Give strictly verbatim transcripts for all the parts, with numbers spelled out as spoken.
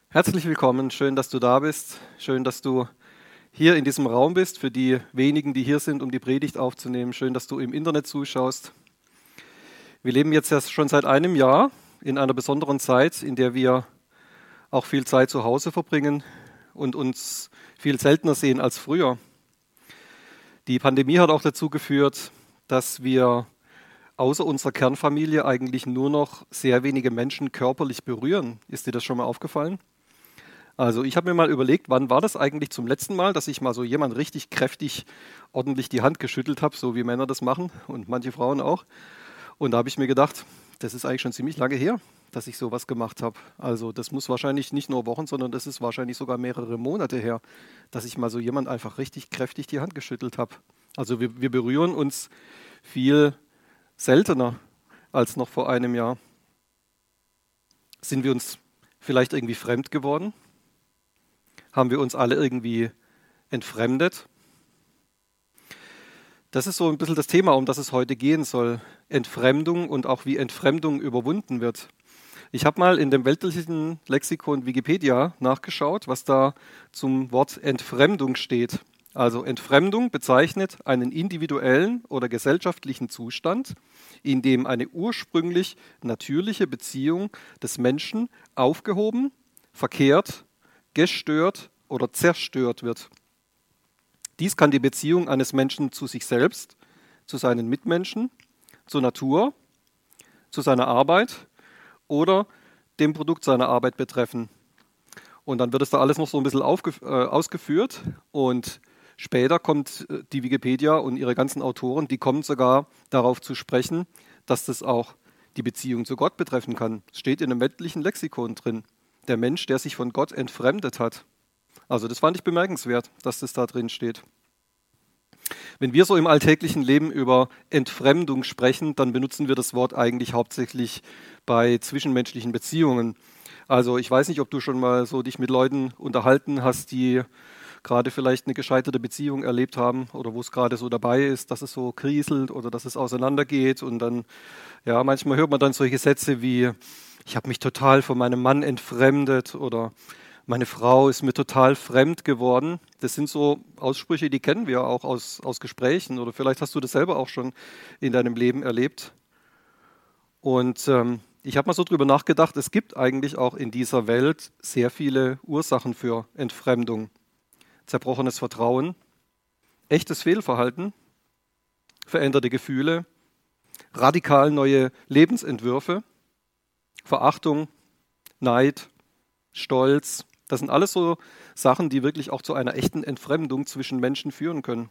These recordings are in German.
Herzlich willkommen, schön, dass du da bist, schön, dass du hier in diesem Raum bist, für die wenigen, die hier sind, um die Predigt aufzunehmen, schön, dass du im Internet zuschaust. Wir leben jetzt ja schon seit einem Jahr in einer besonderen Zeit, in der wir auch viel Zeit zu Hause verbringen und uns viel seltener sehen als früher. Die Pandemie hat auch dazu geführt, dass wir außer unserer Kernfamilie eigentlich nur noch sehr wenige Menschen körperlich berühren. Ist dir das schon mal aufgefallen? Also ich habe mir mal überlegt, wann war das eigentlich zum letzten Mal, dass ich mal so jemand richtig kräftig ordentlich die Hand geschüttelt habe, so wie Männer das machen und manche Frauen auch. Und da habe ich mir gedacht, das ist eigentlich schon ziemlich lange her, dass ich sowas gemacht habe. Also das muss wahrscheinlich nicht nur Wochen, sondern das ist wahrscheinlich sogar mehrere Monate her, dass ich mal so jemand einfach richtig kräftig die Hand geschüttelt habe. Also wir, wir berühren uns viel seltener als noch vor einem Jahr. Sind wir uns vielleicht irgendwie fremd geworden? Haben wir uns alle irgendwie entfremdet? Das ist so ein bisschen das Thema, um das es heute gehen soll. Entfremdung und auch wie Entfremdung überwunden wird. Ich habe mal in dem weltlichen Lexikon Wikipedia nachgeschaut, was da zum Wort Entfremdung steht. Also Entfremdung bezeichnet einen individuellen oder gesellschaftlichen Zustand, in dem eine ursprünglich natürliche Beziehung des Menschen aufgehoben, verkehrt, gestört oder zerstört wird. Dies kann die Beziehung eines Menschen zu sich selbst, zu seinen Mitmenschen, zur Natur, zu seiner Arbeit oder dem Produkt seiner Arbeit betreffen. Und dann wird es da alles noch so ein bisschen aufgef- äh, ausgeführt und später kommt die Wikipedia und ihre ganzen Autoren, die kommen sogar darauf zu sprechen, dass das auch die Beziehung zu Gott betreffen kann. Es steht in einem weltlichen Lexikon drin. Der Mensch, der sich von Gott entfremdet hat. Also das fand ich bemerkenswert, dass das da drin steht. Wenn wir so im alltäglichen Leben über Entfremdung sprechen, dann benutzen wir das Wort eigentlich hauptsächlich bei zwischenmenschlichen Beziehungen. Also ich weiß nicht, ob du schon mal so dich mit Leuten unterhalten hast, die gerade vielleicht eine gescheiterte Beziehung erlebt haben oder wo es gerade so dabei ist, dass es so kriselt oder dass es auseinandergeht. Und dann, ja, manchmal hört man dann solche Sätze wie, ich habe mich total von meinem Mann entfremdet oder meine Frau ist mir total fremd geworden. Das sind so Aussprüche, die kennen wir auch aus, aus Gesprächen oder vielleicht hast du das selber auch schon in deinem Leben erlebt. Und ähm, ich habe mal so drüber nachgedacht, es gibt eigentlich auch in dieser Welt sehr viele Ursachen für Entfremdung. Zerbrochenes Vertrauen, echtes Fehlverhalten, veränderte Gefühle, radikal neue Lebensentwürfe, Verachtung, Neid, Stolz. Das sind alles so Sachen, die wirklich auch zu einer echten Entfremdung zwischen Menschen führen können.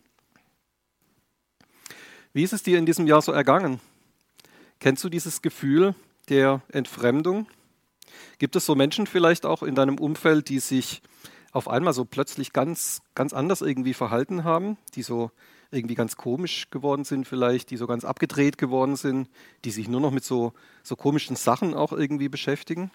Wie ist es dir in diesem Jahr so ergangen? Kennst du dieses Gefühl der Entfremdung? Gibt es so Menschen vielleicht auch in deinem Umfeld, die sich auf einmal so plötzlich ganz, ganz anders irgendwie verhalten haben, die so irgendwie ganz komisch geworden sind vielleicht, die so ganz abgedreht geworden sind, die sich nur noch mit so, so komischen Sachen auch irgendwie beschäftigen?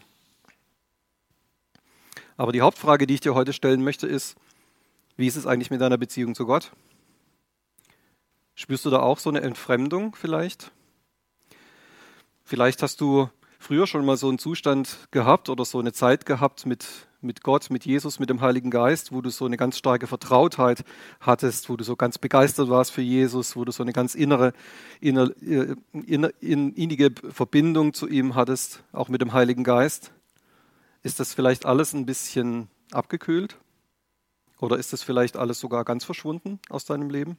Aber die Hauptfrage, die ich dir heute stellen möchte, ist, wie ist es eigentlich mit deiner Beziehung zu Gott? Spürst du da auch so eine Entfremdung vielleicht? Vielleicht hast du früher schon mal so einen Zustand gehabt oder so eine Zeit gehabt mit, mit Gott, mit Jesus, mit dem Heiligen Geist, wo du so eine ganz starke Vertrautheit hattest, wo du so ganz begeistert warst für Jesus, wo du so eine ganz innere, inner, inner, innige Verbindung zu ihm hattest, auch mit dem Heiligen Geist. Ist das vielleicht alles ein bisschen abgekühlt? Oder ist das vielleicht alles sogar ganz verschwunden aus deinem Leben?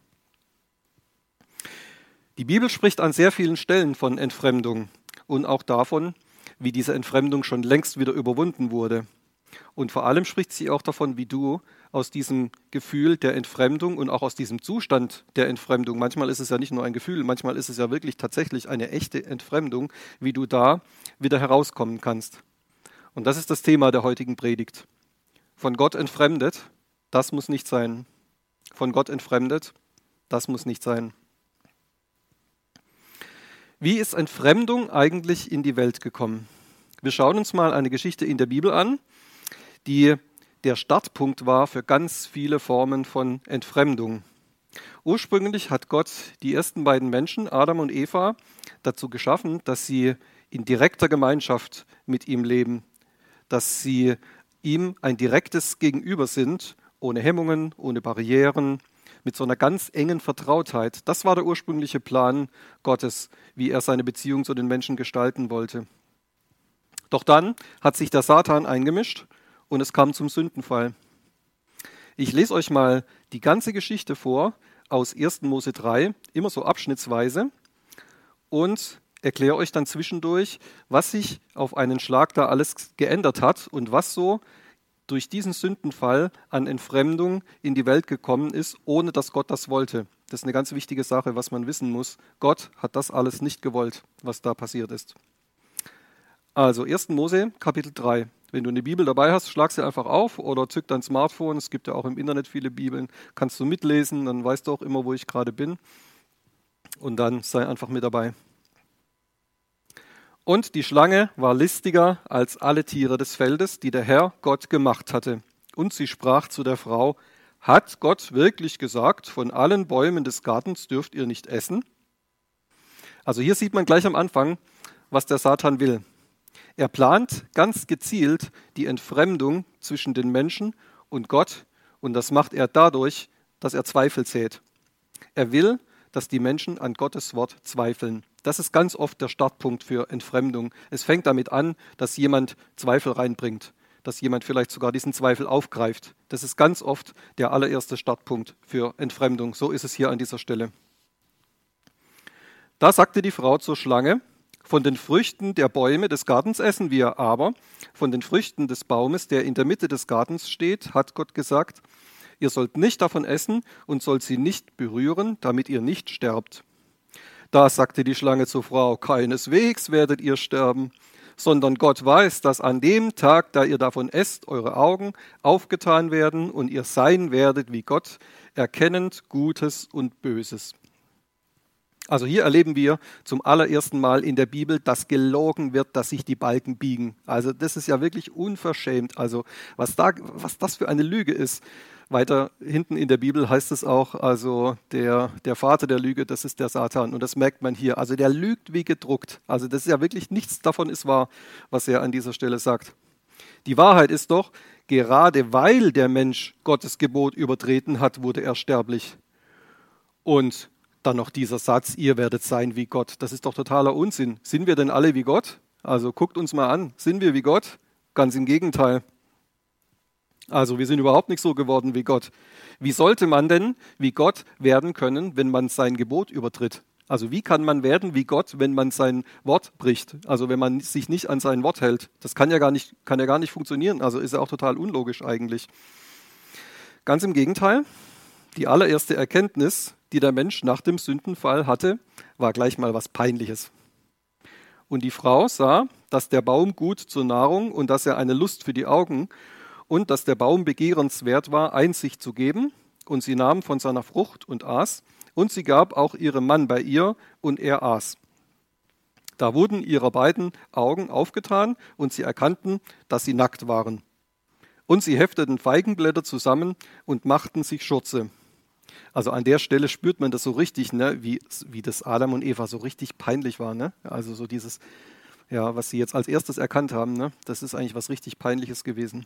Die Bibel spricht an sehr vielen Stellen von Entfremdung und auch davon, wie diese Entfremdung schon längst wieder überwunden wurde. Und vor allem spricht sie auch davon, wie du aus diesem Gefühl der Entfremdung und auch aus diesem Zustand der Entfremdung, manchmal ist es ja nicht nur ein Gefühl, manchmal ist es ja wirklich tatsächlich eine echte Entfremdung, wie du da wieder herauskommen kannst. Und das ist das Thema der heutigen Predigt. Von Gott entfremdet, das muss nicht sein. Von Gott entfremdet, das muss nicht sein. Wie ist Entfremdung eigentlich in die Welt gekommen? Wir schauen uns mal eine Geschichte in der Bibel an, die der Startpunkt war für ganz viele Formen von Entfremdung. Ursprünglich hat Gott die ersten beiden Menschen, Adam und Eva, dazu geschaffen, dass sie in direkter Gemeinschaft mit ihm leben, dass sie ihm ein direktes Gegenüber sind, ohne Hemmungen, ohne Barrieren, mit so einer ganz engen Vertrautheit. Das war der ursprüngliche Plan Gottes, wie er seine Beziehung zu den Menschen gestalten wollte. Doch dann hat sich der Satan eingemischt und es kam zum Sündenfall. Ich lese euch mal die ganze Geschichte vor aus ersten Mose drei, immer so abschnittsweise, und erkläre euch dann zwischendurch, was sich auf einen Schlag da alles geändert hat und was so durch diesen Sündenfall an Entfremdung in die Welt gekommen ist, ohne dass Gott das wollte. Das ist eine ganz wichtige Sache, was man wissen muss. Gott hat das alles nicht gewollt, was da passiert ist. Also ersten Mose, Kapitel drei. Wenn du eine Bibel dabei hast, schlag sie einfach auf oder zück dein Smartphone. Es gibt ja auch im Internet viele Bibeln. Kannst du mitlesen, dann weißt du auch immer, wo ich gerade bin. Und dann sei einfach mit dabei. Und die Schlange war listiger als alle Tiere des Feldes, die der Herr Gott gemacht hatte. Und sie sprach zu der Frau: Hat Gott wirklich gesagt, von allen Bäumen des Gartens dürft ihr nicht essen? Also hier sieht man gleich am Anfang, was der Satan will. Er plant ganz gezielt die Entfremdung zwischen den Menschen und Gott, und das macht er dadurch, dass er Zweifel sät. Er will, dass die Menschen an Gottes Wort zweifeln. Das ist ganz oft der Startpunkt für Entfremdung. Es fängt damit an, dass jemand Zweifel reinbringt, dass jemand vielleicht sogar diesen Zweifel aufgreift. Das ist ganz oft der allererste Startpunkt für Entfremdung. So ist es hier an dieser Stelle. Da sagte die Frau zur Schlange: Von den Früchten der Bäume des Gartens essen wir, aber von den Früchten des Baumes, der in der Mitte des Gartens steht, hat Gott gesagt: Ihr sollt nicht davon essen und sollt sie nicht berühren, damit ihr nicht sterbt. Da sagte die Schlange zur Frau: Keineswegs werdet ihr sterben, sondern Gott weiß, dass an dem Tag, da ihr davon esst, eure Augen aufgetan werden und ihr sein werdet wie Gott, erkennend Gutes und Böses. Also hier erleben wir zum allerersten Mal in der Bibel, dass gelogen wird, dass sich die Balken biegen. Also das ist ja wirklich unverschämt. Also was, da, was das für eine Lüge ist. Weiter hinten in der Bibel heißt es auch, also der, der Vater der Lüge, das ist der Satan. Und das merkt man hier. Also der lügt wie gedruckt. Also das ist ja wirklich, nichts davon ist wahr, was er an dieser Stelle sagt. Die Wahrheit ist doch, gerade weil der Mensch Gottes Gebot übertreten hat, wurde er sterblich. Und dann noch dieser Satz: Ihr werdet sein wie Gott. Das ist doch totaler Unsinn. Sind wir denn alle wie Gott? Also guckt uns mal an. Sind wir wie Gott? Ganz im Gegenteil. Also wir sind überhaupt nicht so geworden wie Gott. Wie sollte man denn wie Gott werden können, wenn man sein Gebot übertritt? Also wie kann man werden wie Gott, wenn man sein Wort bricht? Also wenn man sich nicht an sein Wort hält. Das kann ja gar nicht, kann ja gar nicht funktionieren. Also ist ja auch total unlogisch eigentlich. Ganz im Gegenteil. Die allererste Erkenntnis, die der Mensch nach dem Sündenfall hatte, war gleich mal was Peinliches. Und die Frau sah, dass der Baum gut zur Nahrung und dass er eine Lust für die Augen und dass der Baum begehrenswert war, Einsicht zu geben. Und sie nahm von seiner Frucht und aß. Und sie gab auch ihrem Mann bei ihr, und er aß. Da wurden ihre beiden Augen aufgetan, und sie erkannten, dass sie nackt waren. Und sie hefteten Feigenblätter zusammen und machten sich Schurze. Also an der Stelle spürt man das so richtig, ne, wie, wie das Adam und Eva so richtig peinlich war. Ne? Also so dieses, ja, was sie jetzt als erstes erkannt haben, ne? Das ist eigentlich was richtig Peinliches gewesen.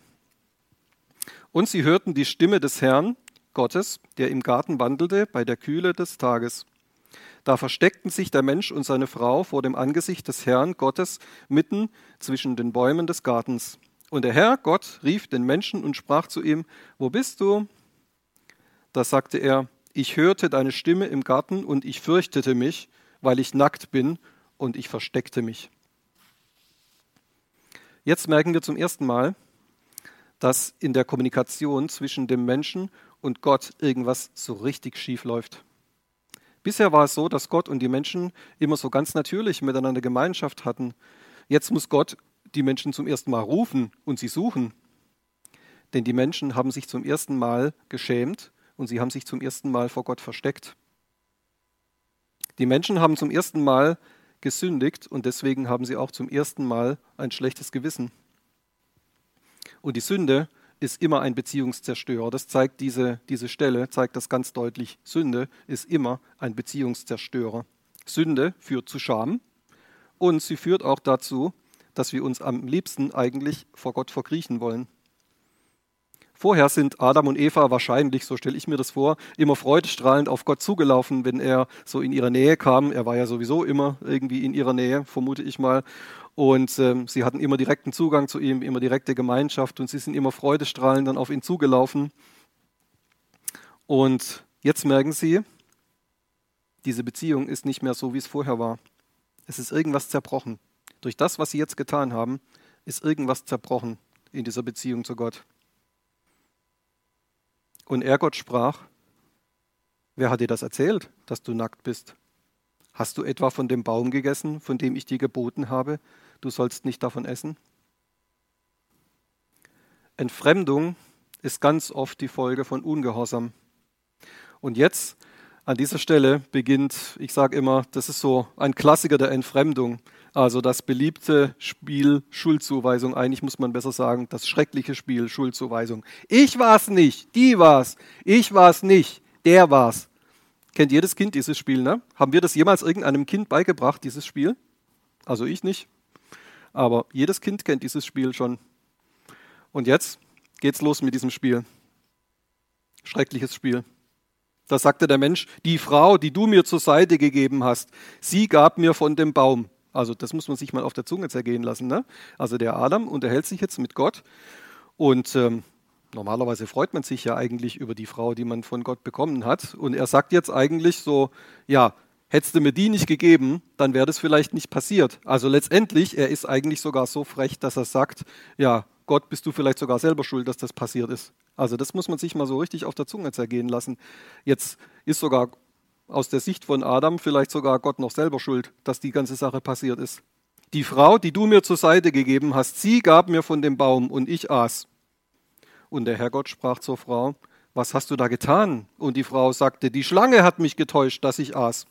Und sie hörten die Stimme des Herrn Gottes, der im Garten wandelte, bei der Kühle des Tages. Da versteckten sich der Mensch und seine Frau vor dem Angesicht des Herrn Gottes mitten zwischen den Bäumen des Gartens. Und der Herr Gott rief den Menschen und sprach zu ihm: Wo bist du? Da sagte er: Ich hörte deine Stimme im Garten und ich fürchtete mich, weil ich nackt bin, und ich versteckte mich. Jetzt merken wir zum ersten Mal, dass in der Kommunikation zwischen dem Menschen und Gott irgendwas so richtig schief läuft. Bisher war es so, dass Gott und die Menschen immer so ganz natürlich miteinander Gemeinschaft hatten. Jetzt muss Gott die Menschen zum ersten Mal rufen und sie suchen. Denn die Menschen haben sich zum ersten Mal geschämt und sie haben sich zum ersten Mal vor Gott versteckt. Die Menschen haben zum ersten Mal gesündigt und deswegen haben sie auch zum ersten Mal ein schlechtes Gewissen. Und die Sünde ist immer ein Beziehungszerstörer. Das zeigt diese, diese Stelle, zeigt das ganz deutlich. Sünde ist immer ein Beziehungszerstörer. Sünde führt zu Scham und sie führt auch dazu, dass wir uns am liebsten eigentlich vor Gott verkriechen wollen. Vorher sind Adam und Eva wahrscheinlich, so stelle ich mir das vor, immer freudestrahlend auf Gott zugelaufen, wenn er so in ihre Nähe kam. Er war ja sowieso immer irgendwie in ihrer Nähe, vermute ich mal. Und ähm, sie hatten immer direkten Zugang zu ihm, immer direkte Gemeinschaft und sie sind immer freudestrahlend dann auf ihn zugelaufen. Und jetzt merken sie, diese Beziehung ist nicht mehr so, wie es vorher war. Es ist irgendwas zerbrochen. Durch das, was sie jetzt getan haben, ist irgendwas zerbrochen in dieser Beziehung zu Gott. Und er, Gott, sprach: Wer hat dir das erzählt, dass du nackt bist? Hast du etwa von dem Baum gegessen, von dem ich dir geboten habe, du sollst nicht davon essen? Entfremdung ist ganz oft die Folge von Ungehorsam. Und jetzt, an dieser Stelle, beginnt, ich sage immer, das ist so ein Klassiker der Entfremdung. Also das beliebte Spiel Schuldzuweisung, eigentlich muss man besser sagen, das schreckliche Spiel Schuldzuweisung. Ich war's nicht, die war's, ich war's nicht, der war's. Kennt jedes Kind dieses Spiel, ne? Haben wir das jemals irgendeinem Kind beigebracht, dieses Spiel? Also ich nicht, aber jedes Kind kennt dieses Spiel schon. Und jetzt geht's los mit diesem Spiel. Schreckliches Spiel. Da sagte der Mensch: Die Frau, die du mir zur Seite gegeben hast, sie gab mir von dem Baum. Also das muss man sich mal auf der Zunge zergehen lassen. Ne? Also der Adam unterhält sich jetzt mit Gott und ähm, normalerweise freut man sich ja eigentlich über die Frau, die man von Gott bekommen hat. Und er sagt jetzt eigentlich so, ja, hättest du mir die nicht gegeben, dann wäre das vielleicht nicht passiert. Also letztendlich, er ist eigentlich sogar so frech, dass er sagt, ja, Gott, bist du vielleicht sogar selber schuld, dass das passiert ist. Also das muss man sich mal so richtig auf der Zunge zergehen lassen. Jetzt ist sogar aus der Sicht von Adam vielleicht sogar Gott noch selber schuld, dass die ganze Sache passiert ist. Die Frau, die du mir zur Seite gegeben hast, sie gab mir von dem Baum und ich aß. Und der Herrgott sprach zur Frau: Was hast du da getan? Und die Frau sagte: Die Schlange hat mich getäuscht, dass ich aß.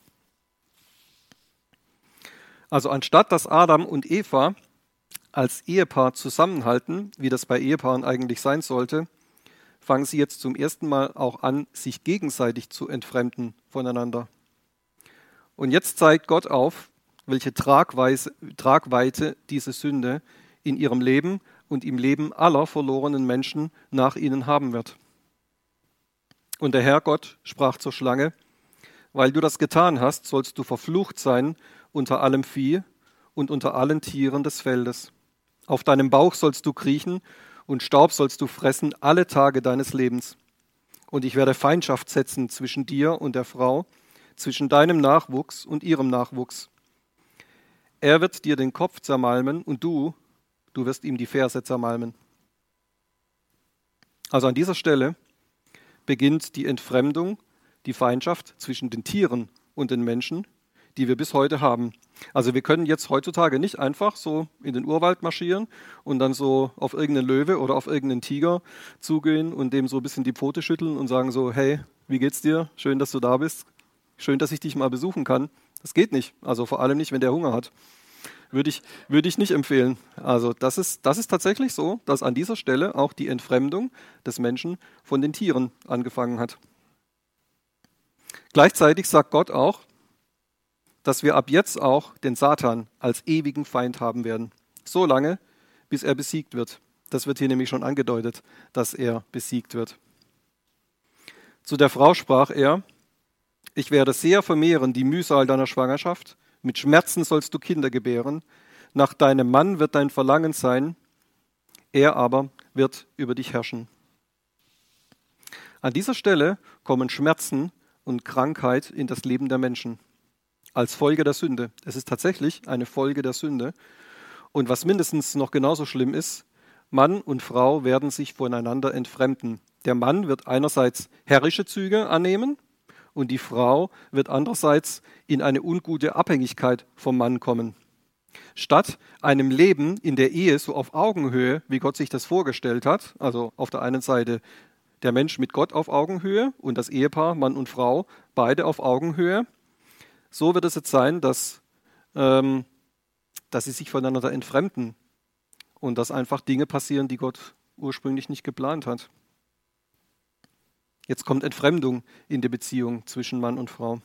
Also anstatt dass Adam und Eva als Ehepaar zusammenhalten, wie das bei Ehepaaren eigentlich sein sollte, fangen sie jetzt zum ersten Mal auch an, sich gegenseitig zu entfremden voneinander. Und jetzt zeigt Gott auf, welche Tragweise, Tragweite diese Sünde in ihrem Leben und im Leben aller verlorenen Menschen nach ihnen haben wird. Und der Herr Gott sprach zur Schlange: Weil du das getan hast, sollst du verflucht sein unter allem Vieh und unter allen Tieren des Feldes. Auf deinem Bauch sollst du kriechen und Staub sollst du fressen alle Tage deines Lebens. Und ich werde Feindschaft setzen zwischen dir und der Frau, zwischen deinem Nachwuchs und ihrem Nachwuchs. Er wird dir den Kopf zermalmen und du, du wirst ihm die Ferse zermalmen. Also an dieser Stelle beginnt die Entfremdung, die Feindschaft zwischen den Tieren und den Menschen, die wir bis heute haben. Also wir können jetzt heutzutage nicht einfach so in den Urwald marschieren und dann so auf irgendeinen Löwe oder auf irgendeinen Tiger zugehen und dem so ein bisschen die Pfote schütteln und sagen so: Hey, wie geht's dir? Schön, dass du da bist. Schön, dass ich dich mal besuchen kann. Das geht nicht. Also vor allem nicht, wenn der Hunger hat. Würde ich, würde ich nicht empfehlen. Also das ist, das ist tatsächlich so, dass an dieser Stelle auch die Entfremdung des Menschen von den Tieren angefangen hat. Gleichzeitig sagt Gott auch, dass wir ab jetzt auch den Satan als ewigen Feind haben werden. So lange, bis er besiegt wird. Das wird hier nämlich schon angedeutet, dass er besiegt wird. Zu der Frau sprach er: Ich werde sehr vermehren die Mühsal deiner Schwangerschaft. Mit Schmerzen sollst du Kinder gebären. Nach deinem Mann wird dein Verlangen sein. Er aber wird über dich herrschen. An dieser Stelle kommen Schmerzen und Krankheit in das Leben der Menschen. Als Folge der Sünde. Es ist tatsächlich eine Folge der Sünde. Und was mindestens noch genauso schlimm ist, Mann und Frau werden sich voneinander entfremden. Der Mann wird einerseits herrische Züge annehmen und die Frau wird andererseits in eine ungute Abhängigkeit vom Mann kommen. Statt einem Leben in der Ehe so auf Augenhöhe, wie Gott sich das vorgestellt hat, also auf der einen Seite der Mensch mit Gott auf Augenhöhe und das Ehepaar, Mann und Frau, beide auf Augenhöhe, so wird es jetzt sein, dass, ähm, dass sie sich voneinander entfremden und dass einfach Dinge passieren, die Gott ursprünglich nicht geplant hat. Jetzt kommt Entfremdung in die Beziehung zwischen Mann und Frau.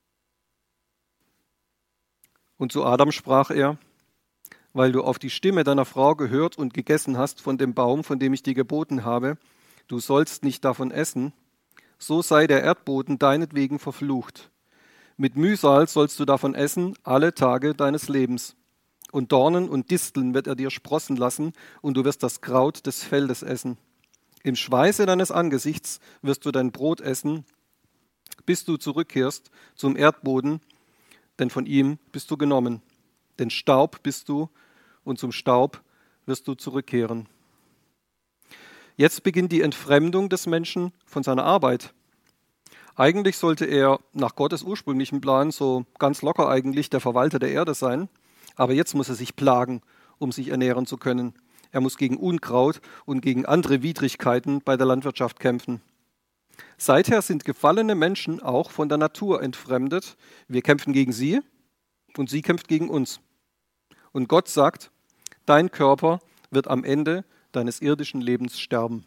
Und zu Adam sprach er: Weil du auf die Stimme deiner Frau gehört und gegessen hast von dem Baum, von dem ich dir geboten habe, du sollst nicht davon essen, so sei der Erdboden deinetwegen verflucht. Mit Mühsal sollst du davon essen alle Tage deines Lebens. Und Dornen und Disteln wird er dir sprossen lassen, und du wirst das Kraut des Feldes essen. Im Schweiße deines Angesichts wirst du dein Brot essen, bis du zurückkehrst zum Erdboden, denn von ihm bist du genommen. Denn Staub bist du, und zum Staub wirst du zurückkehren. Jetzt beginnt die Entfremdung des Menschen von seiner Arbeit. Eigentlich sollte er nach Gottes ursprünglichen Plan so ganz locker eigentlich der Verwalter der Erde sein, aber jetzt muss er sich plagen, um sich ernähren zu können. Er muss gegen Unkraut und gegen andere Widrigkeiten bei der Landwirtschaft kämpfen. Seither sind gefallene Menschen auch von der Natur entfremdet. Wir kämpfen gegen sie und sie kämpft gegen uns. Und Gott sagt, dein Körper wird am Ende deines irdischen Lebens sterben.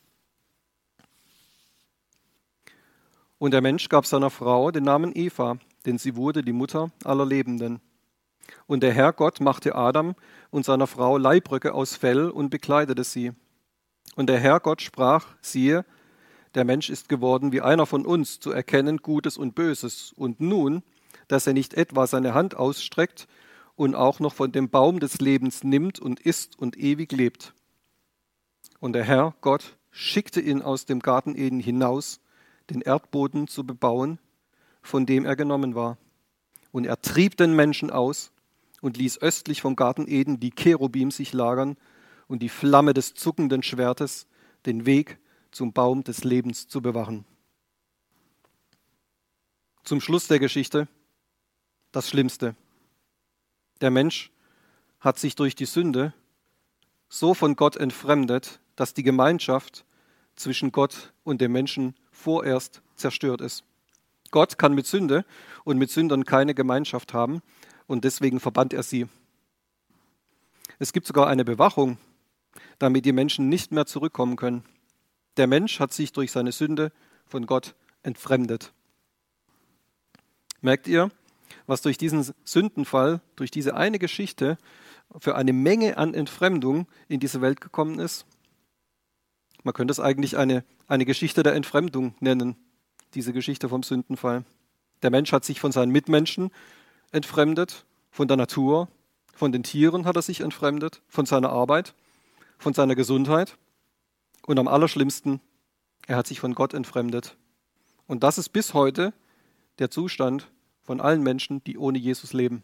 Und der Mensch gab seiner Frau den Namen Eva, denn sie wurde die Mutter aller Lebenden. Und der Herr Gott machte Adam und seiner Frau Leibröcke aus Fell und bekleidete sie. Und der Herr Gott sprach, siehe, der Mensch ist geworden wie einer von uns, zu erkennen Gutes und Böses. Und nun, dass er nicht etwa seine Hand ausstreckt und auch noch von dem Baum des Lebens nimmt und isst und ewig lebt. Und der Herr Gott schickte ihn aus dem Garten Eden hinaus, den Erdboden zu bebauen, von dem er genommen war. Und er trieb den Menschen aus und ließ östlich vom Garten Eden die Cherubim sich lagern und die Flamme des zuckenden Schwertes, den Weg zum Baum des Lebens zu bewachen. Zum Schluss der Geschichte das Schlimmste. Der Mensch hat sich durch die Sünde so von Gott entfremdet, dass die Gemeinschaft zwischen Gott und dem Menschen vorerst zerstört ist. Gott kann mit Sünde und mit Sündern keine Gemeinschaft haben und deswegen verbannt er sie. Es gibt sogar eine Bewachung, damit die Menschen nicht mehr zurückkommen können. Der Mensch hat sich durch seine Sünde von Gott entfremdet. Merkt ihr, was durch diesen Sündenfall, durch diese eine Geschichte für eine Menge an Entfremdung in diese Welt gekommen ist? Man könnte es eigentlich eine, eine Geschichte der Entfremdung nennen, diese Geschichte vom Sündenfall. Der Mensch hat sich von seinen Mitmenschen entfremdet, von der Natur, von den Tieren hat er sich entfremdet, von seiner Arbeit, von seiner Gesundheit und am allerschlimmsten, er hat sich von Gott entfremdet. Und das ist bis heute der Zustand von allen Menschen, die ohne Jesus leben.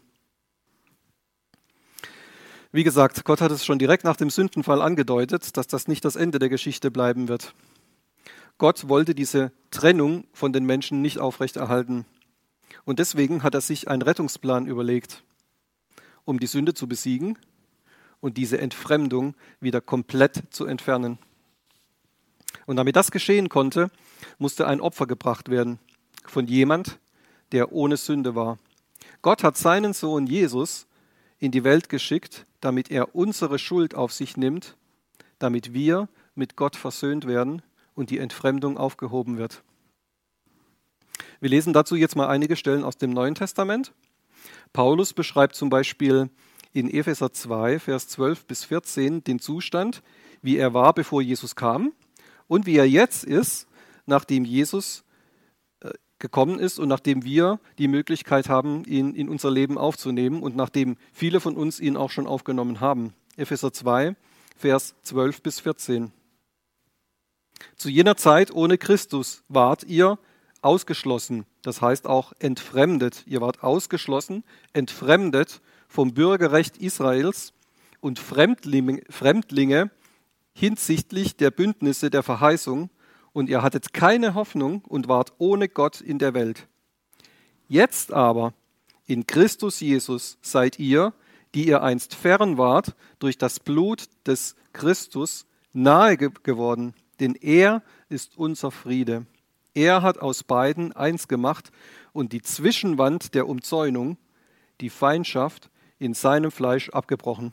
Wie gesagt, Gott hat es schon direkt nach dem Sündenfall angedeutet, dass das nicht das Ende der Geschichte bleiben wird. Gott wollte diese Trennung von den Menschen nicht aufrechterhalten. Und deswegen hat er sich einen Rettungsplan überlegt, um die Sünde zu besiegen und diese Entfremdung wieder komplett zu entfernen. Und damit das geschehen konnte, musste ein Opfer gebracht werden von jemand, der ohne Sünde war. Gott hat seinen Sohn Jesus in die Welt geschickt, damit er unsere Schuld auf sich nimmt, damit wir mit Gott versöhnt werden und die Entfremdung aufgehoben wird. Wir lesen dazu jetzt mal einige Stellen aus dem Neuen Testament. Paulus beschreibt zum Beispiel in Epheser zwei, Vers zwölf bis vierzehn den Zustand, wie er war, bevor Jesus kam und wie er jetzt ist, nachdem Jesus gekommen ist und nachdem wir die Möglichkeit haben, ihn in unser Leben aufzunehmen und nachdem viele von uns ihn auch schon aufgenommen haben. Epheser zwei, Vers zwölf bis vierzehn. Zu jener Zeit ohne Christus wart ihr ausgeschlossen, das heißt auch entfremdet. Ihr wart ausgeschlossen, entfremdet vom Bürgerrecht Israels und Fremdlinge, Fremdlinge hinsichtlich der Bündnisse der Verheißung, und ihr hattet keine Hoffnung und wart ohne Gott in der Welt. Jetzt aber, in Christus Jesus, seid ihr, die ihr einst fern wart, durch das Blut des Christus nahe ge- geworden, denn er ist unser Friede. Er hat aus beiden eins gemacht und die Zwischenwand der Umzäunung, die Feindschaft, in seinem Fleisch abgebrochen.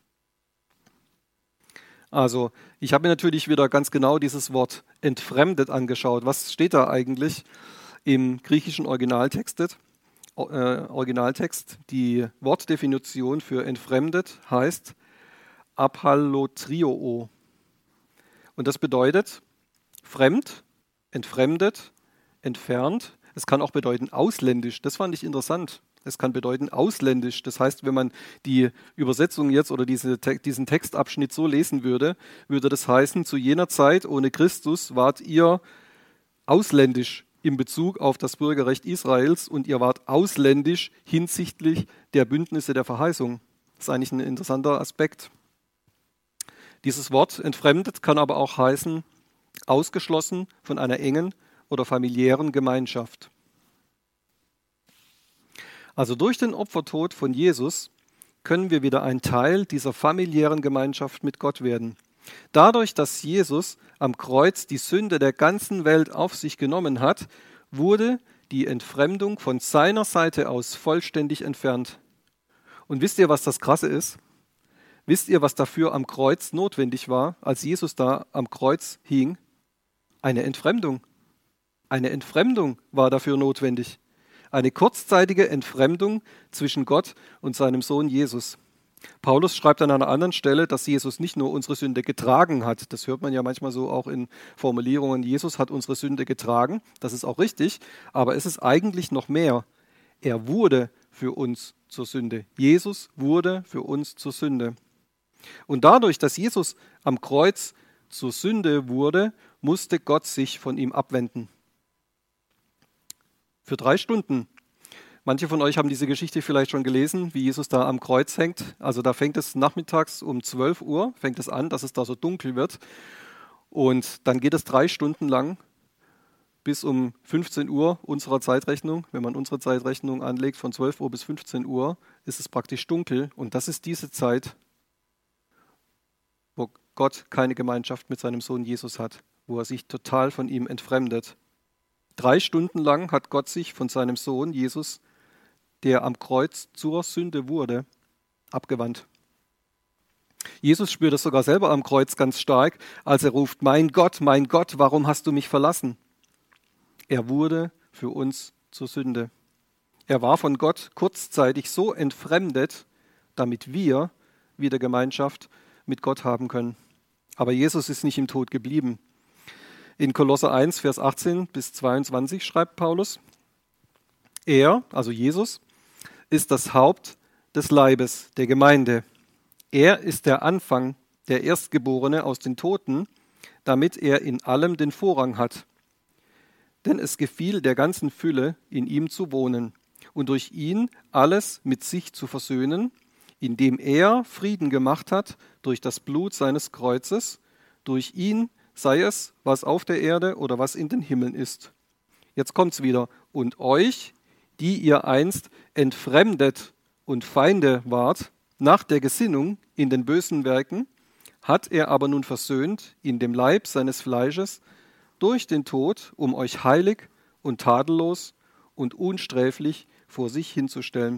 Also, ich habe mir natürlich wieder ganz genau dieses Wort entfremdet angeschaut. Was steht da eigentlich im griechischen Originaltext? Äh, Originaltext? Die Wortdefinition für entfremdet heißt apallotrio. Und das bedeutet Fremd, entfremdet, entfernt. Es kann auch bedeuten ausländisch. Das fand ich interessant. Es kann bedeuten ausländisch. Das heißt, wenn man die Übersetzung jetzt oder diese, diesen Textabschnitt so lesen würde, würde das heißen, zu jener Zeit ohne Christus wart ihr ausländisch in Bezug auf das Bürgerrecht Israels und ihr wart ausländisch hinsichtlich der Bündnisse der Verheißung. Das ist eigentlich ein interessanter Aspekt. Dieses Wort entfremdet kann aber auch heißen, ausgeschlossen von einer engen oder familiären Gemeinschaft. Also durch den Opfertod von Jesus können wir wieder ein Teil dieser familiären Gemeinschaft mit Gott werden. Dadurch, dass Jesus am Kreuz die Sünde der ganzen Welt auf sich genommen hat, wurde die Entfremdung von seiner Seite aus vollständig entfernt. Und wisst ihr, was das Krasse ist? Wisst ihr, was dafür am Kreuz notwendig war, als Jesus da am Kreuz hing? Eine Entfremdung. Eine Entfremdung war dafür notwendig. Eine kurzzeitige Entfremdung zwischen Gott und seinem Sohn Jesus. Paulus schreibt an einer anderen Stelle, dass Jesus nicht nur unsere Sünde getragen hat. Das hört man ja manchmal so auch in Formulierungen. Jesus hat unsere Sünde getragen. Das ist auch richtig. Aber es ist eigentlich noch mehr. Er wurde für uns zur Sünde. Jesus wurde für uns zur Sünde. Und dadurch, dass Jesus am Kreuz zur Sünde wurde, musste Gott sich von ihm abwenden. Für drei Stunden. Manche von euch haben diese Geschichte vielleicht schon gelesen, wie Jesus da am Kreuz hängt. Also da fängt es nachmittags um zwölf Uhr, fängt es an, dass es da so dunkel wird. Und dann geht es drei Stunden lang bis um fünfzehn Uhr unserer Zeitrechnung. Wenn man unsere Zeitrechnung anlegt, von zwölf Uhr bis fünfzehn Uhr, ist es praktisch dunkel. Und das ist diese Zeit, wo Gott keine Gemeinschaft mit seinem Sohn Jesus hat, wo er sich total von ihm entfremdet. Drei Stunden lang hat Gott sich von seinem Sohn Jesus, der am Kreuz zur Sünde wurde, abgewandt. Jesus spürt das sogar selber am Kreuz ganz stark, als er ruft, mein Gott, mein Gott, warum hast du mich verlassen? Er wurde für uns zur Sünde. Er war von Gott kurzzeitig so entfremdet, damit wir wieder Gemeinschaft mit Gott haben können. Aber Jesus ist nicht im Tod geblieben. In Kolosser eins, Vers achtzehn bis zweiundzwanzig schreibt Paulus, er, also Jesus, ist das Haupt des Leibes, der Gemeinde. Er ist der Anfang, der Erstgeborene aus den Toten, damit er in allem den Vorrang hat. Denn es gefiel der ganzen Fülle, in ihm zu wohnen und durch ihn alles mit sich zu versöhnen, indem er Frieden gemacht hat durch das Blut seines Kreuzes, durch ihn sei es, was auf der Erde oder was in den Himmeln ist. Jetzt kommt's wieder. Und euch, die ihr einst entfremdet und Feinde wart, nach der Gesinnung in den bösen Werken, hat er aber nun versöhnt in dem Leib seines Fleisches durch den Tod, um euch heilig und tadellos und unsträflich vor sich hinzustellen.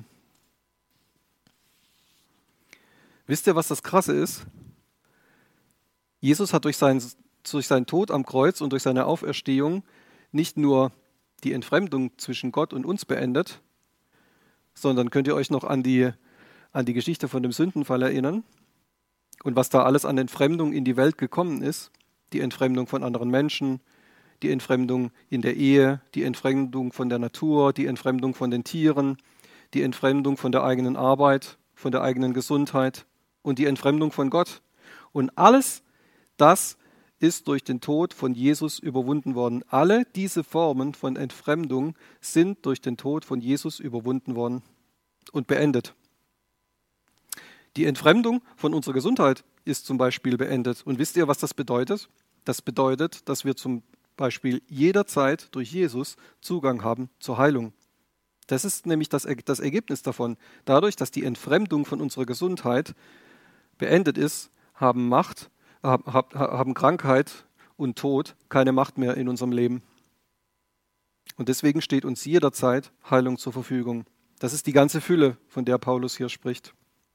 Wisst ihr, was das Krasse ist? Jesus hat durch seinen durch seinen Tod am Kreuz und durch seine Auferstehung nicht nur die Entfremdung zwischen Gott und uns beendet, sondern könnt ihr euch noch an die, an die Geschichte von dem Sündenfall erinnern und was da alles an Entfremdung in die Welt gekommen ist, die Entfremdung von anderen Menschen, die Entfremdung in der Ehe, die Entfremdung von der Natur, die Entfremdung von den Tieren, die Entfremdung von der eigenen Arbeit, von der eigenen Gesundheit und die Entfremdung von Gott. Und alles das ist durch den Tod von Jesus überwunden worden. Alle diese Formen von Entfremdung sind durch den Tod von Jesus überwunden worden und beendet. Die Entfremdung von unserer Gesundheit ist zum Beispiel beendet. Und wisst ihr, was das bedeutet? Das bedeutet, dass wir zum Beispiel jederzeit durch Jesus Zugang haben zur Heilung. Das ist nämlich das, das Ergebnis davon. Dadurch, dass die Entfremdung von unserer Gesundheit beendet ist, haben Macht haben Krankheit und Tod keine Macht mehr in unserem Leben. Und deswegen steht uns jederzeit Heilung zur Verfügung. Das ist die ganze Fülle, von der Paulus hier spricht.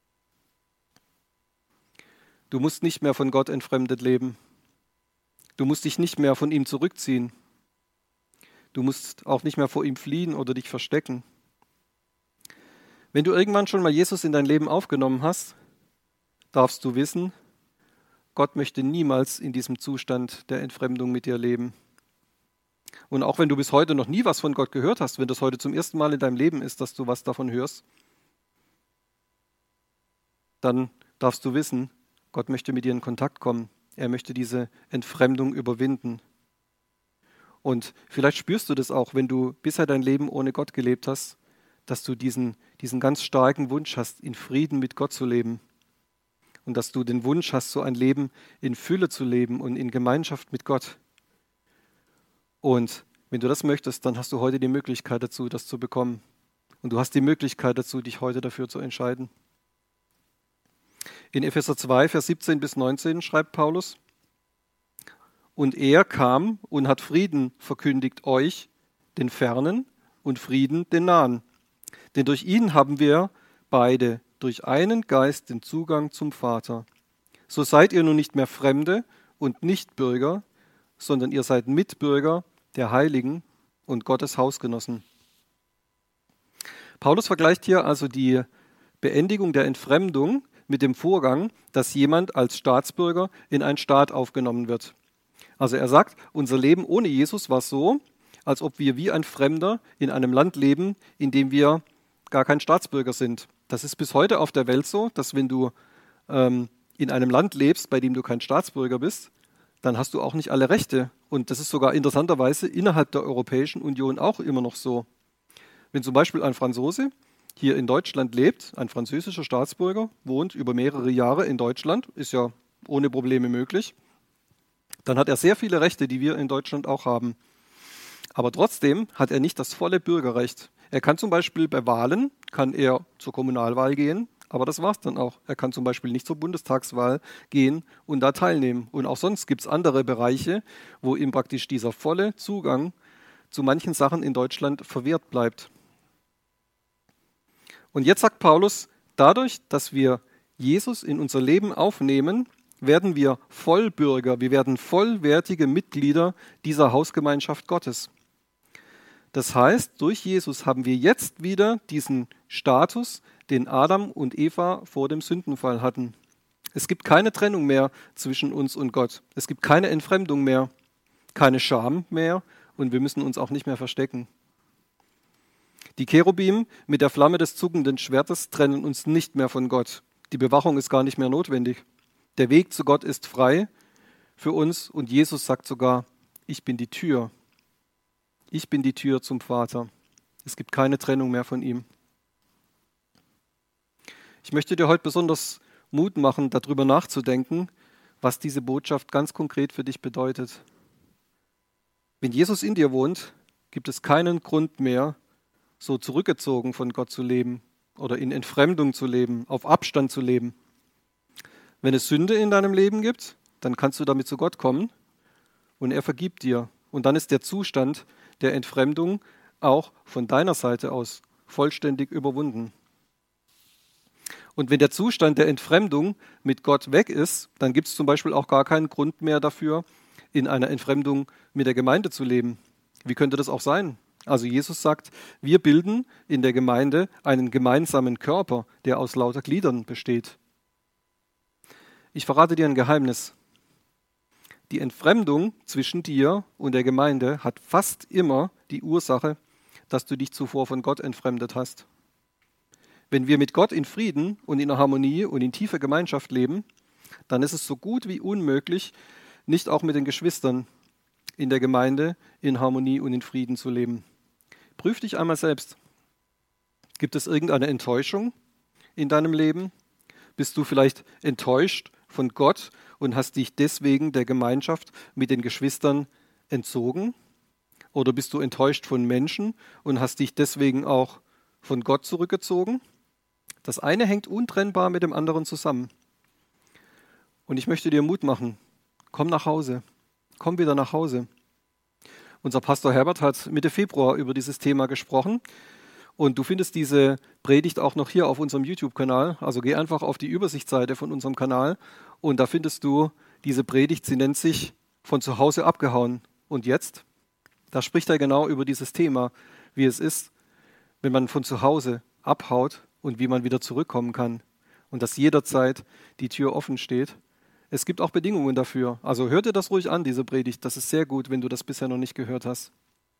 Du musst nicht mehr von Gott entfremdet leben. Du musst dich nicht mehr von ihm zurückziehen. Du musst auch nicht mehr vor ihm fliehen oder dich verstecken. Wenn du irgendwann schon mal Jesus in dein Leben aufgenommen hast, darfst du wissen, Gott möchte niemals in diesem Zustand der Entfremdung mit dir leben. Und auch wenn du bis heute noch nie was von Gott gehört hast, wenn das heute zum ersten Mal in deinem Leben ist, dass du was davon hörst, dann darfst du wissen, Gott möchte mit dir in Kontakt kommen. Er möchte diese Entfremdung überwinden. Und vielleicht spürst du das auch, wenn du bisher dein Leben ohne Gott gelebt hast, dass du diesen, diesen ganz starken Wunsch hast, in Frieden mit Gott zu leben. Und dass du den Wunsch hast, so ein Leben in Fülle zu leben und in Gemeinschaft mit Gott. Und wenn du das möchtest, dann hast du heute die Möglichkeit dazu, das zu bekommen. Und du hast die Möglichkeit dazu, dich heute dafür zu entscheiden. In Epheser zwei, Vers siebzehn bis neunzehn schreibt Paulus: Und er kam und hat Frieden verkündigt euch, den Fernen, und Frieden, den Nahen. Denn durch ihn haben wir beide durch einen Geist den Zugang zum Vater. So seid ihr nun nicht mehr Fremde und Nichtbürger, sondern ihr seid Mitbürger der Heiligen und Gottes Hausgenossen. Paulus vergleicht hier also die Beendigung der Entfremdung mit dem Vorgang, dass jemand als Staatsbürger in einen Staat aufgenommen wird. Also er sagt, unser Leben ohne Jesus war so, als ob wir wie ein Fremder in einem Land leben, in dem wir gar kein Staatsbürger sind. Das ist bis heute auf der Welt so, dass wenn du ähm, in einem Land lebst, bei dem du kein Staatsbürger bist, dann hast du auch nicht alle Rechte. Und das ist sogar interessanterweise innerhalb der Europäischen Union auch immer noch so. Wenn zum Beispiel ein Franzose hier in Deutschland lebt, ein französischer Staatsbürger, wohnt über mehrere Jahre in Deutschland, ist ja ohne Probleme möglich, dann hat er sehr viele Rechte, die wir in Deutschland auch haben. Aber trotzdem hat er nicht das volle Bürgerrecht. Er kann zum Beispiel bei Wahlen, kann er zur Kommunalwahl gehen, aber das war es dann auch. Er kann zum Beispiel nicht zur Bundestagswahl gehen und da teilnehmen. Und auch sonst gibt es andere Bereiche, wo ihm praktisch dieser volle Zugang zu manchen Sachen in Deutschland verwehrt bleibt. Und jetzt sagt Paulus, dadurch, dass wir Jesus in unser Leben aufnehmen, werden wir Vollbürger, wir werden vollwertige Mitglieder dieser Hausgemeinschaft Gottes. Das heißt, durch Jesus haben wir jetzt wieder diesen Status, den Adam und Eva vor dem Sündenfall hatten. Es gibt keine Trennung mehr zwischen uns und Gott. Es gibt keine Entfremdung mehr, keine Scham mehr und wir müssen uns auch nicht mehr verstecken. Die Cherubim mit der Flamme des zuckenden Schwertes trennen uns nicht mehr von Gott. Die Bewachung ist gar nicht mehr notwendig. Der Weg zu Gott ist frei für uns und Jesus sagt sogar, ich bin die Tür. Ich bin die Tür zum Vater. Es gibt keine Trennung mehr von ihm. Ich möchte dir heute besonders Mut machen, darüber nachzudenken, was diese Botschaft ganz konkret für dich bedeutet. Wenn Jesus in dir wohnt, gibt es keinen Grund mehr, so zurückgezogen von Gott zu leben oder in Entfremdung zu leben, auf Abstand zu leben. Wenn es Sünde in deinem Leben gibt, dann kannst du damit zu Gott kommen und er vergibt dir. Und dann ist der Zustand der Entfremdung auch von deiner Seite aus vollständig überwunden. Und wenn der Zustand der Entfremdung mit Gott weg ist, dann gibt es zum Beispiel auch gar keinen Grund mehr dafür, in einer Entfremdung mit der Gemeinde zu leben. Wie könnte das auch sein? Also Jesus sagt, wir bilden in der Gemeinde einen gemeinsamen Körper, der aus lauter Gliedern besteht. Ich verrate dir ein Geheimnis. Die Entfremdung zwischen dir und der Gemeinde hat fast immer die Ursache, dass du dich zuvor von Gott entfremdet hast. Wenn wir mit Gott in Frieden und in Harmonie und in tiefer Gemeinschaft leben, dann ist es so gut wie unmöglich, nicht auch mit den Geschwistern in der Gemeinde in Harmonie und in Frieden zu leben. Prüf dich einmal selbst. Gibt es irgendeine Enttäuschung in deinem Leben? Bist du vielleicht enttäuscht von Gott und hast dich deswegen der Gemeinschaft mit den Geschwistern entzogen? Oder bist du enttäuscht von Menschen und hast dich deswegen auch von Gott zurückgezogen? Das eine hängt untrennbar mit dem anderen zusammen. Und ich möchte dir Mut machen. Komm nach Hause. Komm wieder nach Hause. Unser Pastor Herbert hat Mitte Februar über dieses Thema gesprochen. Und du findest diese Predigt auch noch hier auf unserem YouTube-Kanal. Also geh einfach auf die Übersichtsseite von unserem Kanal und da findest du diese Predigt. Sie nennt sich Von zu Hause abgehauen. Und jetzt? Da spricht er genau über dieses Thema, wie es ist, wenn man von zu Hause abhaut und wie man wieder zurückkommen kann. Und dass jederzeit die Tür offen steht Es gibt auch Bedingungen dafür. Also hör dir das ruhig an, diese Predigt. Das ist sehr gut, wenn du das bisher noch nicht gehört hast.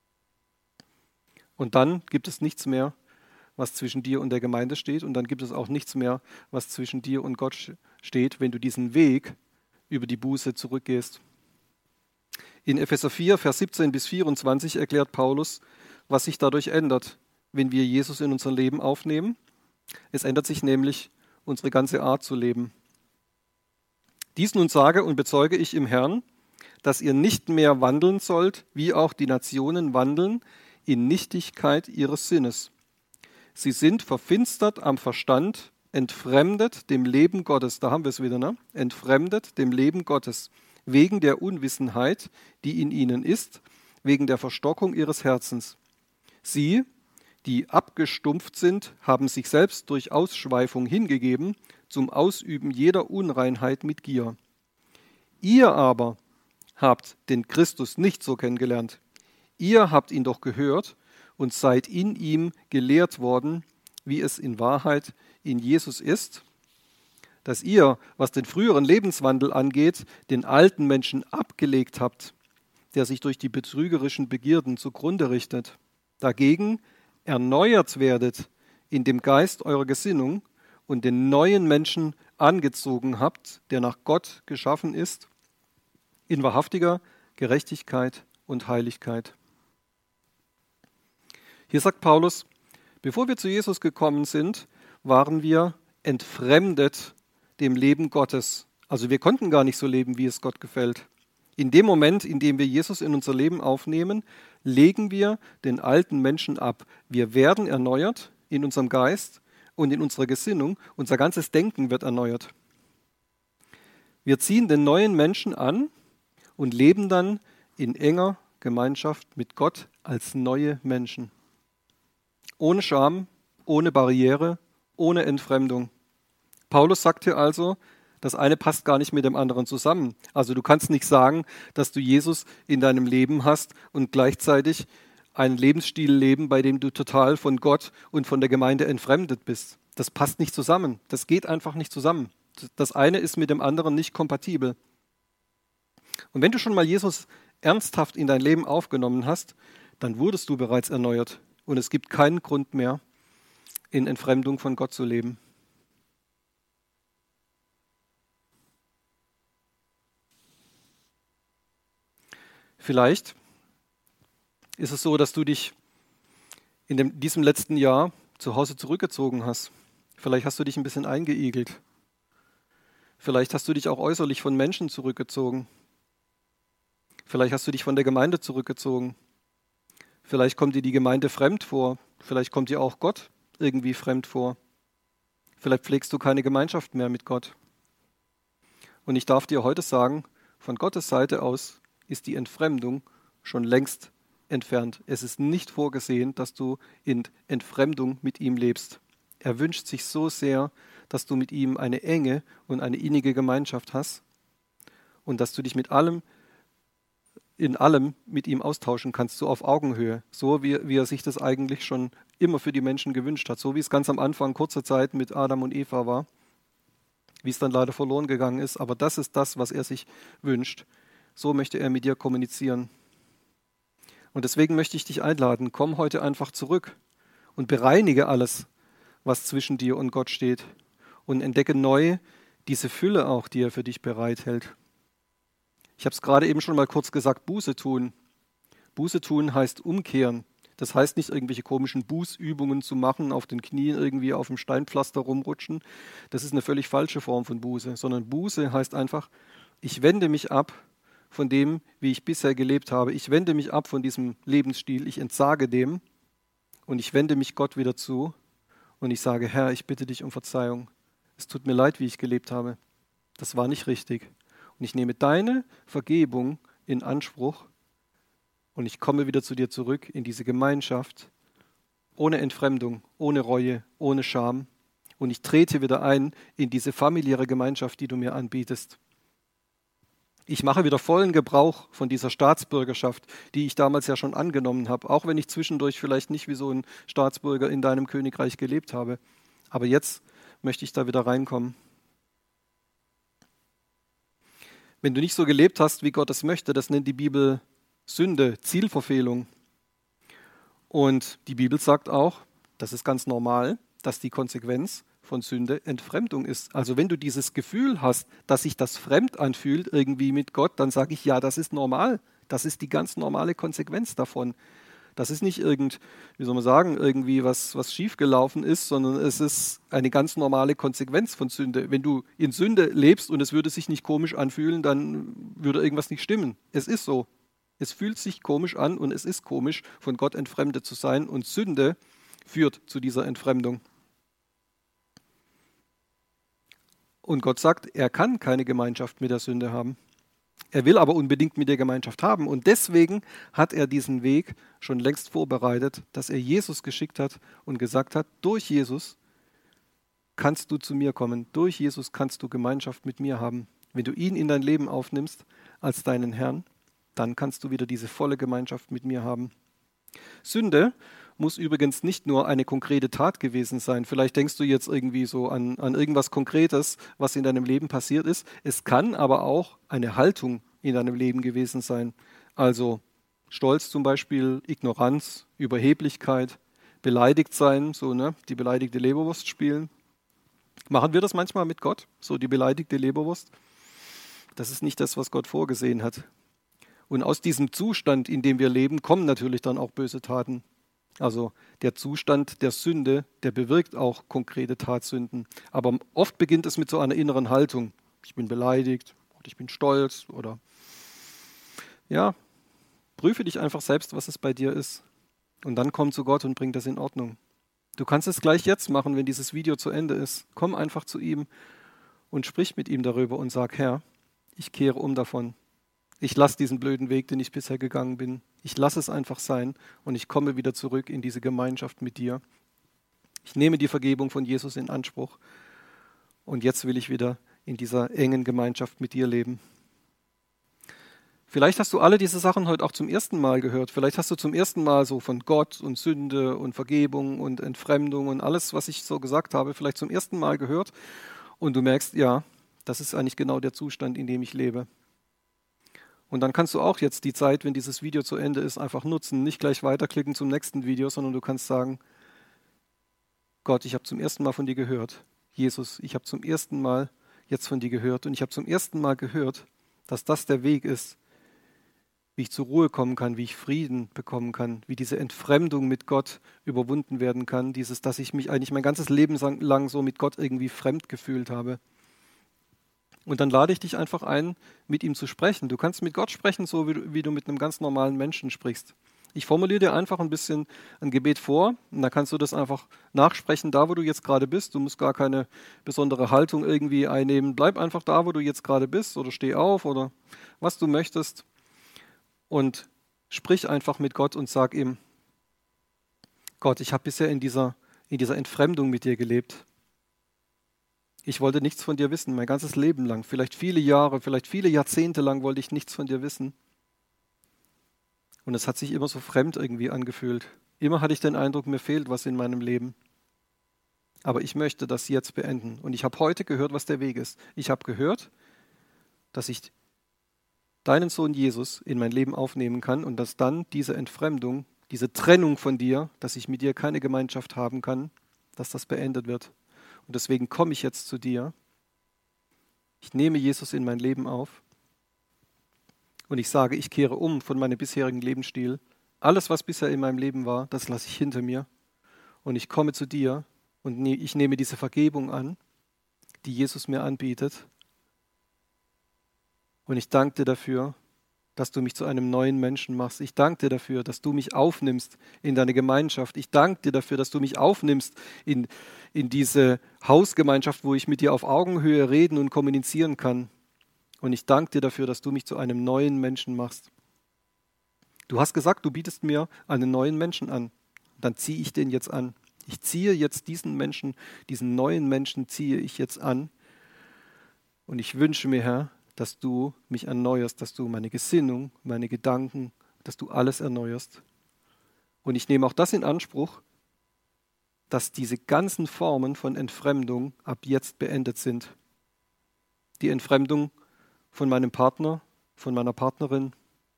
Und dann gibt es nichts mehr, was zwischen dir und der Gemeinde steht. Und dann gibt es auch nichts mehr, was zwischen dir und Gott steht, wenn du diesen Weg über die Buße zurückgehst. In Epheser vier, Vers siebzehn bis vierundzwanzig erklärt Paulus, was sich dadurch ändert, wenn wir Jesus in unser Leben aufnehmen. Es ändert sich nämlich unsere ganze Art zu leben. Dies nun sage und bezeuge ich im Herrn, dass ihr nicht mehr wandeln sollt, wie auch die Nationen wandeln, in Nichtigkeit ihres Sinnes. Sie sind verfinstert am Verstand, entfremdet dem Leben Gottes. Da haben wir es wieder, ne? Entfremdet dem Leben Gottes, wegen der Unwissenheit, die in ihnen ist, wegen der Verstockung ihres Herzens. Sie, die abgestumpft sind, haben sich selbst durch Ausschweifung hingegeben zum Ausüben jeder Unreinheit mit Gier. Ihr aber habt den Christus nicht so kennengelernt. Ihr habt ihn doch gehört und seid in ihm gelehrt worden, wie es in Wahrheit in Jesus ist, dass ihr, was den früheren Lebenswandel angeht, den alten Menschen abgelegt habt, der sich durch die betrügerischen Begierden zugrunde richtet. Dagegen erneuert werdet in dem Geist eurer Gesinnung und den neuen Menschen angezogen habt, der nach Gott geschaffen ist, in wahrhaftiger Gerechtigkeit und Heiligkeit. Hier sagt Paulus, bevor wir zu Jesus gekommen sind, waren wir entfremdet dem Leben Gottes. Also wir konnten gar nicht so leben, wie es Gott gefällt. In dem Moment, in dem wir Jesus in unser Leben aufnehmen, legen wir den alten Menschen ab. Wir werden erneuert in unserem Geist und in unserer Gesinnung. Unser ganzes Denken wird erneuert. Wir ziehen den neuen Menschen an und leben dann in enger Gemeinschaft mit Gott als neue Menschen. Ohne Scham, ohne Barriere, ohne Entfremdung. Paulus sagt hier also, das eine passt gar nicht mit dem anderen zusammen. Also du kannst nicht sagen, dass du Jesus in deinem Leben hast und gleichzeitig einen Lebensstil leben, bei dem du total von Gott und von der Gemeinde entfremdet bist. Das passt nicht zusammen. Das geht einfach nicht zusammen. Das eine ist mit dem anderen nicht kompatibel. Und wenn du schon mal Jesus ernsthaft in dein Leben aufgenommen hast, dann wurdest du bereits erneuert. Und es gibt keinen Grund mehr, in Entfremdung von Gott zu leben. Vielleicht ist es so, dass du dich in dem, diesem letzten Jahr zu Hause zurückgezogen hast. Vielleicht hast du dich ein bisschen eingeigelt. Vielleicht hast du dich auch äußerlich von Menschen zurückgezogen. Vielleicht hast du dich von der Gemeinde zurückgezogen. Vielleicht kommt dir die Gemeinde fremd vor. Vielleicht kommt dir auch Gott irgendwie fremd vor. Vielleicht pflegst du keine Gemeinschaft mehr mit Gott. Und ich darf dir heute sagen, von Gottes Seite aus ist die Entfremdung schon längst entfernt. Es ist nicht vorgesehen, dass du in Entfremdung mit ihm lebst. Er wünscht sich so sehr, dass du mit ihm eine enge und eine innige Gemeinschaft hast und dass du dich mit allem in allem mit ihm austauschen kannst, so auf Augenhöhe, so wie, wie er sich das eigentlich schon immer für die Menschen gewünscht hat, so wie es ganz am Anfang kurze Zeit mit Adam und Eva war, wie es dann leider verloren gegangen ist, aber das ist das, was er sich wünscht. So möchte er mit dir kommunizieren. Und deswegen möchte ich dich einladen, komm heute einfach zurück und bereinige alles, was zwischen dir und Gott steht und entdecke neu diese Fülle auch, die er für dich bereithält. Ich habe es gerade eben schon mal kurz gesagt, Buße tun. Buße tun heißt umkehren. Das heißt nicht, irgendwelche komischen Bußübungen zu machen, auf den Knien irgendwie auf dem Steinpflaster rumrutschen. Das ist eine völlig falsche Form von Buße, sondern Buße heißt einfach, ich wende mich ab von dem, wie ich bisher gelebt habe. Ich wende mich ab von diesem Lebensstil, ich entsage dem und ich wende mich Gott wieder zu und ich sage, Herr, ich bitte dich um Verzeihung. Es tut mir leid, wie ich gelebt habe. Das war nicht richtig. Und ich nehme deine Vergebung in Anspruch und ich komme wieder zu dir zurück in diese Gemeinschaft, ohne Entfremdung, ohne Reue, ohne Scham. Und ich trete wieder ein in diese familiäre Gemeinschaft, die du mir anbietest. Ich mache wieder vollen Gebrauch von dieser Staatsbürgerschaft, die ich damals ja schon angenommen habe, auch wenn ich zwischendurch vielleicht nicht wie so ein Staatsbürger in deinem Königreich gelebt habe. Aber jetzt möchte ich da wieder reinkommen. Wenn du nicht so gelebt hast, wie Gott es möchte, das nennt die Bibel Sünde, Zielverfehlung. Und die Bibel sagt auch, das ist ganz normal, dass die Konsequenz von Sünde Entfremdung ist. Also wenn du dieses Gefühl hast, dass sich das fremd anfühlt irgendwie mit Gott, dann sage ich, ja, das ist normal. Das ist die ganz normale Konsequenz davon. Das ist nicht irgend, wie soll man sagen, irgendwie was, was schiefgelaufen ist, sondern es ist eine ganz normale Konsequenz von Sünde. Wenn du in Sünde lebst und es würde sich nicht komisch anfühlen, dann würde irgendwas nicht stimmen. Es ist so. Es fühlt sich komisch an und es ist komisch, von Gott entfremdet zu sein. Und Sünde führt zu dieser Entfremdung. Und Gott sagt, er kann keine Gemeinschaft mit der Sünde haben. Er will aber unbedingt mit der Gemeinschaft haben. Und deswegen hat er diesen Weg schon längst vorbereitet, dass er Jesus geschickt hat und gesagt hat, durch Jesus kannst du zu mir kommen. Durch Jesus kannst du Gemeinschaft mit mir haben. Wenn du ihn in dein Leben aufnimmst als deinen Herrn, dann kannst du wieder diese volle Gemeinschaft mit mir haben. Sünde muss übrigens nicht nur eine konkrete Tat gewesen sein. Vielleicht denkst du jetzt irgendwie so an, an irgendwas Konkretes, was in deinem Leben passiert ist. Es kann aber auch eine Haltung in deinem Leben gewesen sein. Also Stolz zum Beispiel, Ignoranz, Überheblichkeit, beleidigt sein, so ne, die beleidigte Leberwurst spielen. Machen wir das manchmal mit Gott, so die beleidigte Leberwurst? Das ist nicht das, was Gott vorgesehen hat. Und aus diesem Zustand, in dem wir leben, kommen natürlich dann auch böse Taten. Also der Zustand der Sünde, der bewirkt auch konkrete Tatsünden. Aber oft beginnt es mit so einer inneren Haltung. Ich bin beleidigt oder ich bin stolz oder ja, prüfe dich einfach selbst, was es bei dir ist. Und dann komm zu Gott und bring das in Ordnung. Du kannst es gleich jetzt machen, wenn dieses Video zu Ende ist. Komm einfach zu ihm und sprich mit ihm darüber und sag, Herr, ich kehre um davon. Ich lasse diesen blöden Weg, den ich bisher gegangen bin. Ich lasse es einfach sein und ich komme wieder zurück in diese Gemeinschaft mit dir. Ich nehme die Vergebung von Jesus in Anspruch und jetzt will ich wieder in dieser engen Gemeinschaft mit dir leben. Vielleicht hast du alle diese Sachen heute auch zum ersten Mal gehört. Vielleicht hast du zum ersten Mal so von Gott und Sünde und Vergebung und Entfremdung und alles, was ich so gesagt habe, vielleicht zum ersten Mal gehört und du merkst, ja, das ist eigentlich genau der Zustand, in dem ich lebe. Und dann kannst du auch jetzt die Zeit, wenn dieses Video zu Ende ist, einfach nutzen. Nicht gleich weiterklicken zum nächsten Video, sondern du kannst sagen, Gott, ich habe zum ersten Mal von dir gehört. Jesus, ich habe zum ersten Mal jetzt von dir gehört. Und ich habe zum ersten Mal gehört, dass das der Weg ist, wie ich zur Ruhe kommen kann, wie ich Frieden bekommen kann, wie diese Entfremdung mit Gott überwunden werden kann. Dieses, dass ich mich eigentlich mein ganzes Leben lang so mit Gott irgendwie fremd gefühlt habe. Und dann lade ich dich einfach ein, mit ihm zu sprechen. Du kannst mit Gott sprechen, so wie du, wie du mit einem ganz normalen Menschen sprichst. Ich formuliere dir einfach ein bisschen ein Gebet vor und dann kannst du das einfach nachsprechen, da wo du jetzt gerade bist. Du musst gar keine besondere Haltung irgendwie einnehmen. Bleib einfach da, wo du jetzt gerade bist oder steh auf oder was du möchtest und sprich einfach mit Gott und sag ihm, Gott, ich habe bisher in dieser, in dieser Entfremdung mit dir gelebt. Ich wollte nichts von dir wissen, mein ganzes Leben lang, vielleicht viele Jahre, vielleicht viele Jahrzehnte lang wollte ich nichts von dir wissen. Und es hat sich immer so fremd irgendwie angefühlt. Immer hatte ich den Eindruck, mir fehlt was in meinem Leben. Aber ich möchte das jetzt beenden. Und ich habe heute gehört, was der Weg ist. Ich habe gehört, dass ich deinen Sohn Jesus in mein Leben aufnehmen kann und dass dann diese Entfremdung, diese Trennung von dir, dass ich mit dir keine Gemeinschaft haben kann, dass das beendet wird. Und deswegen komme ich jetzt zu dir. Ich nehme Jesus in mein Leben auf und ich sage, ich kehre um von meinem bisherigen Lebensstil. Alles, was bisher in meinem Leben war, das lasse ich hinter mir. Und ich komme zu dir und ich nehme diese Vergebung an, die Jesus mir anbietet. Und ich danke dir dafür, dass du mich zu einem neuen Menschen machst. Ich danke dir dafür, dass du mich aufnimmst in deine Gemeinschaft. Ich danke dir dafür, dass du mich aufnimmst in, in diese Hausgemeinschaft, wo ich mit dir auf Augenhöhe reden und kommunizieren kann. Und ich danke dir dafür, dass du mich zu einem neuen Menschen machst. Du hast gesagt, du bietest mir einen neuen Menschen an. Dann ziehe ich den jetzt an. Ich ziehe jetzt diesen Menschen, diesen neuen Menschen ziehe ich jetzt an. Und ich wünsche mir, Herr, dass du mich erneuerst, dass du meine Gesinnung, meine Gedanken, dass du alles erneuerst. Und ich nehme auch das in Anspruch, dass diese ganzen Formen von Entfremdung ab jetzt beendet sind. Die Entfremdung von meinem Partner, von meiner Partnerin,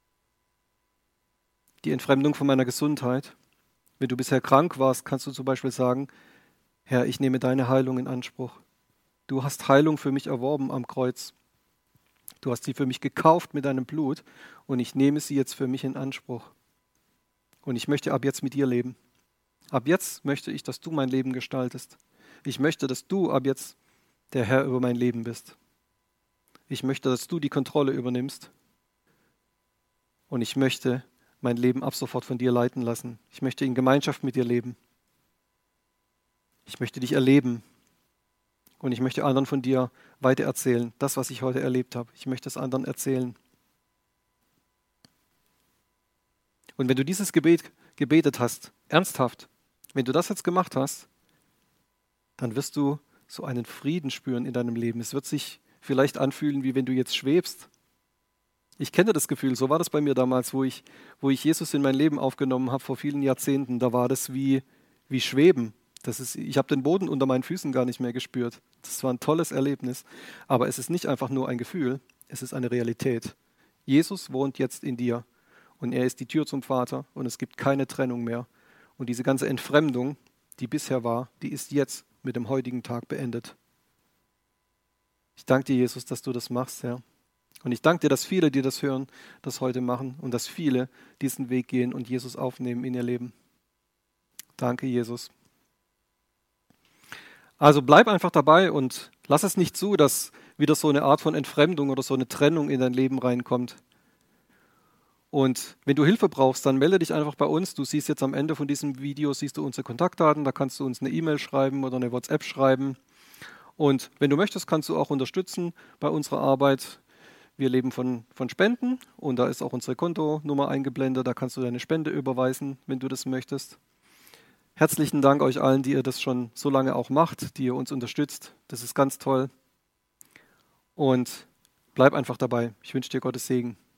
die Entfremdung von meiner Gesundheit. Wenn du bisher krank warst, kannst du zum Beispiel sagen, Herr, ich nehme deine Heilung in Anspruch. Du hast Heilung für mich erworben am Kreuz. Du hast sie für mich gekauft mit deinem Blut und ich nehme sie jetzt für mich in Anspruch. Und ich möchte ab jetzt mit dir leben. Ab jetzt möchte ich, dass du mein Leben gestaltest. Ich möchte, dass du ab jetzt der Herr über mein Leben bist. Ich möchte, dass du die Kontrolle übernimmst. Und ich möchte mein Leben ab sofort von dir leiten lassen. Ich möchte in Gemeinschaft mit dir leben. Ich möchte dich erleben. Und ich möchte anderen von dir weitererzählen, das, was ich heute erlebt habe. Ich möchte es anderen erzählen. Und wenn du dieses Gebet gebetet hast, ernsthaft, wenn du das jetzt gemacht hast, dann wirst du so einen Frieden spüren in deinem Leben. Es wird sich vielleicht anfühlen, wie wenn du jetzt schwebst. Ich kenne das Gefühl, so war das bei mir damals, wo ich, wo ich Jesus in mein Leben aufgenommen habe, vor vielen Jahrzehnten. Da war das wie, wie Schweben. Das ist, ich habe den Boden unter meinen Füßen gar nicht mehr gespürt. Das war ein tolles Erlebnis. Aber es ist nicht einfach nur ein Gefühl, es ist eine Realität. Jesus wohnt jetzt in dir und er ist die Tür zum Vater und es gibt keine Trennung mehr. Und diese ganze Entfremdung, die bisher war, die ist jetzt mit dem heutigen Tag beendet. Ich danke dir, Jesus, dass du das machst, Herr. Und ich danke dir, dass viele, die das hören, das heute machen und dass viele diesen Weg gehen und Jesus aufnehmen in ihr Leben. Danke, Jesus. Also bleib einfach dabei und lass es nicht zu, dass wieder so eine Art von Entfremdung oder so eine Trennung in dein Leben reinkommt. Und wenn du Hilfe brauchst, dann melde dich einfach bei uns. Du siehst jetzt am Ende von diesem Video, siehst du unsere Kontaktdaten, da kannst du uns eine E-Mail schreiben oder eine WhatsApp schreiben. Und wenn du möchtest, kannst du auch unterstützen bei unserer Arbeit. Wir leben von, von Spenden und da ist auch unsere Kontonummer eingeblendet. Da kannst du deine Spende überweisen, wenn du das möchtest. Herzlichen Dank euch allen, die ihr das schon so lange auch macht, die ihr uns unterstützt. Das ist ganz toll. Und bleib einfach dabei. Ich wünsche dir Gottes Segen.